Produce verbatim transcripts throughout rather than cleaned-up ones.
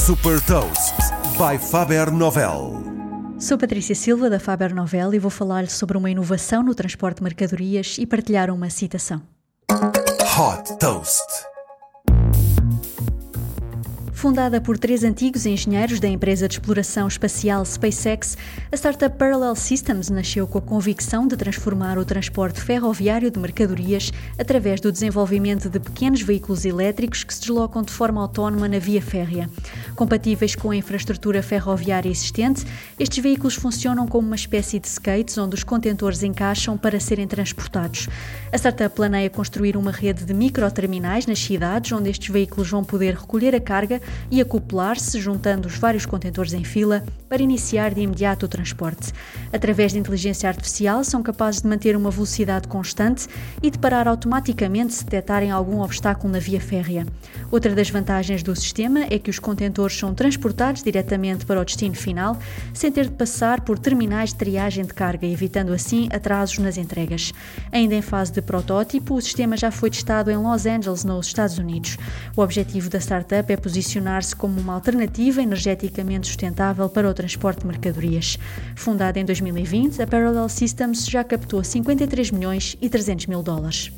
Super Toast by Faber Novel. Sou Patrícia Silva da Faber Novel e vou falar-lhe sobre uma inovação no transporte de mercadorias e partilhar uma citação. Hot Toast. Fundada por três antigos engenheiros da empresa de exploração espacial SpaceX, a startup Parallel Systems nasceu com a convicção de transformar o transporte ferroviário de mercadorias através do desenvolvimento de pequenos veículos elétricos que se deslocam de forma autónoma na via férrea. Compatíveis com a infraestrutura ferroviária existente, estes veículos funcionam como uma espécie de skates onde os contentores encaixam para serem transportados. A startup planeia construir uma rede de microterminais nas cidades onde estes veículos vão poder recolher a carga e acoplar-se, juntando os vários contentores em fila, para iniciar de imediato o transporte. Através de inteligência artificial, são capazes de manter uma velocidade constante e de parar automaticamente se detectarem algum obstáculo na via férrea. Outra das vantagens do sistema é que os contentores são transportados diretamente para o destino final, sem ter de passar por terminais de triagem de carga, evitando assim atrasos nas entregas. Ainda em fase de protótipo, o sistema já foi testado em Los Angeles, nos Estados Unidos. O objetivo da startup é posicionar-se como uma alternativa energeticamente sustentável para o transporte de mercadorias. Fundada em dois mil e vinte, a Parallel Systems já captou cinquenta e três milhões e trezentos mil dólares.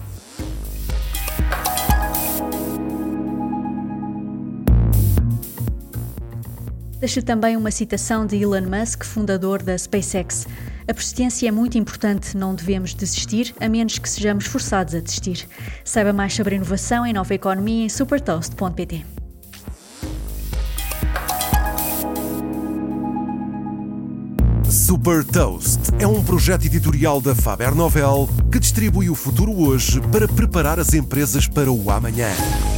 Deixo também uma citação de Elon Musk, fundador da SpaceX. A persistência é muito importante, não devemos desistir, a menos que sejamos forçados a desistir. Saiba mais sobre inovação e nova economia em super toast ponto pt. Super Toast é um projeto editorial da Faber Novel que distribui o futuro hoje para preparar as empresas para o amanhã.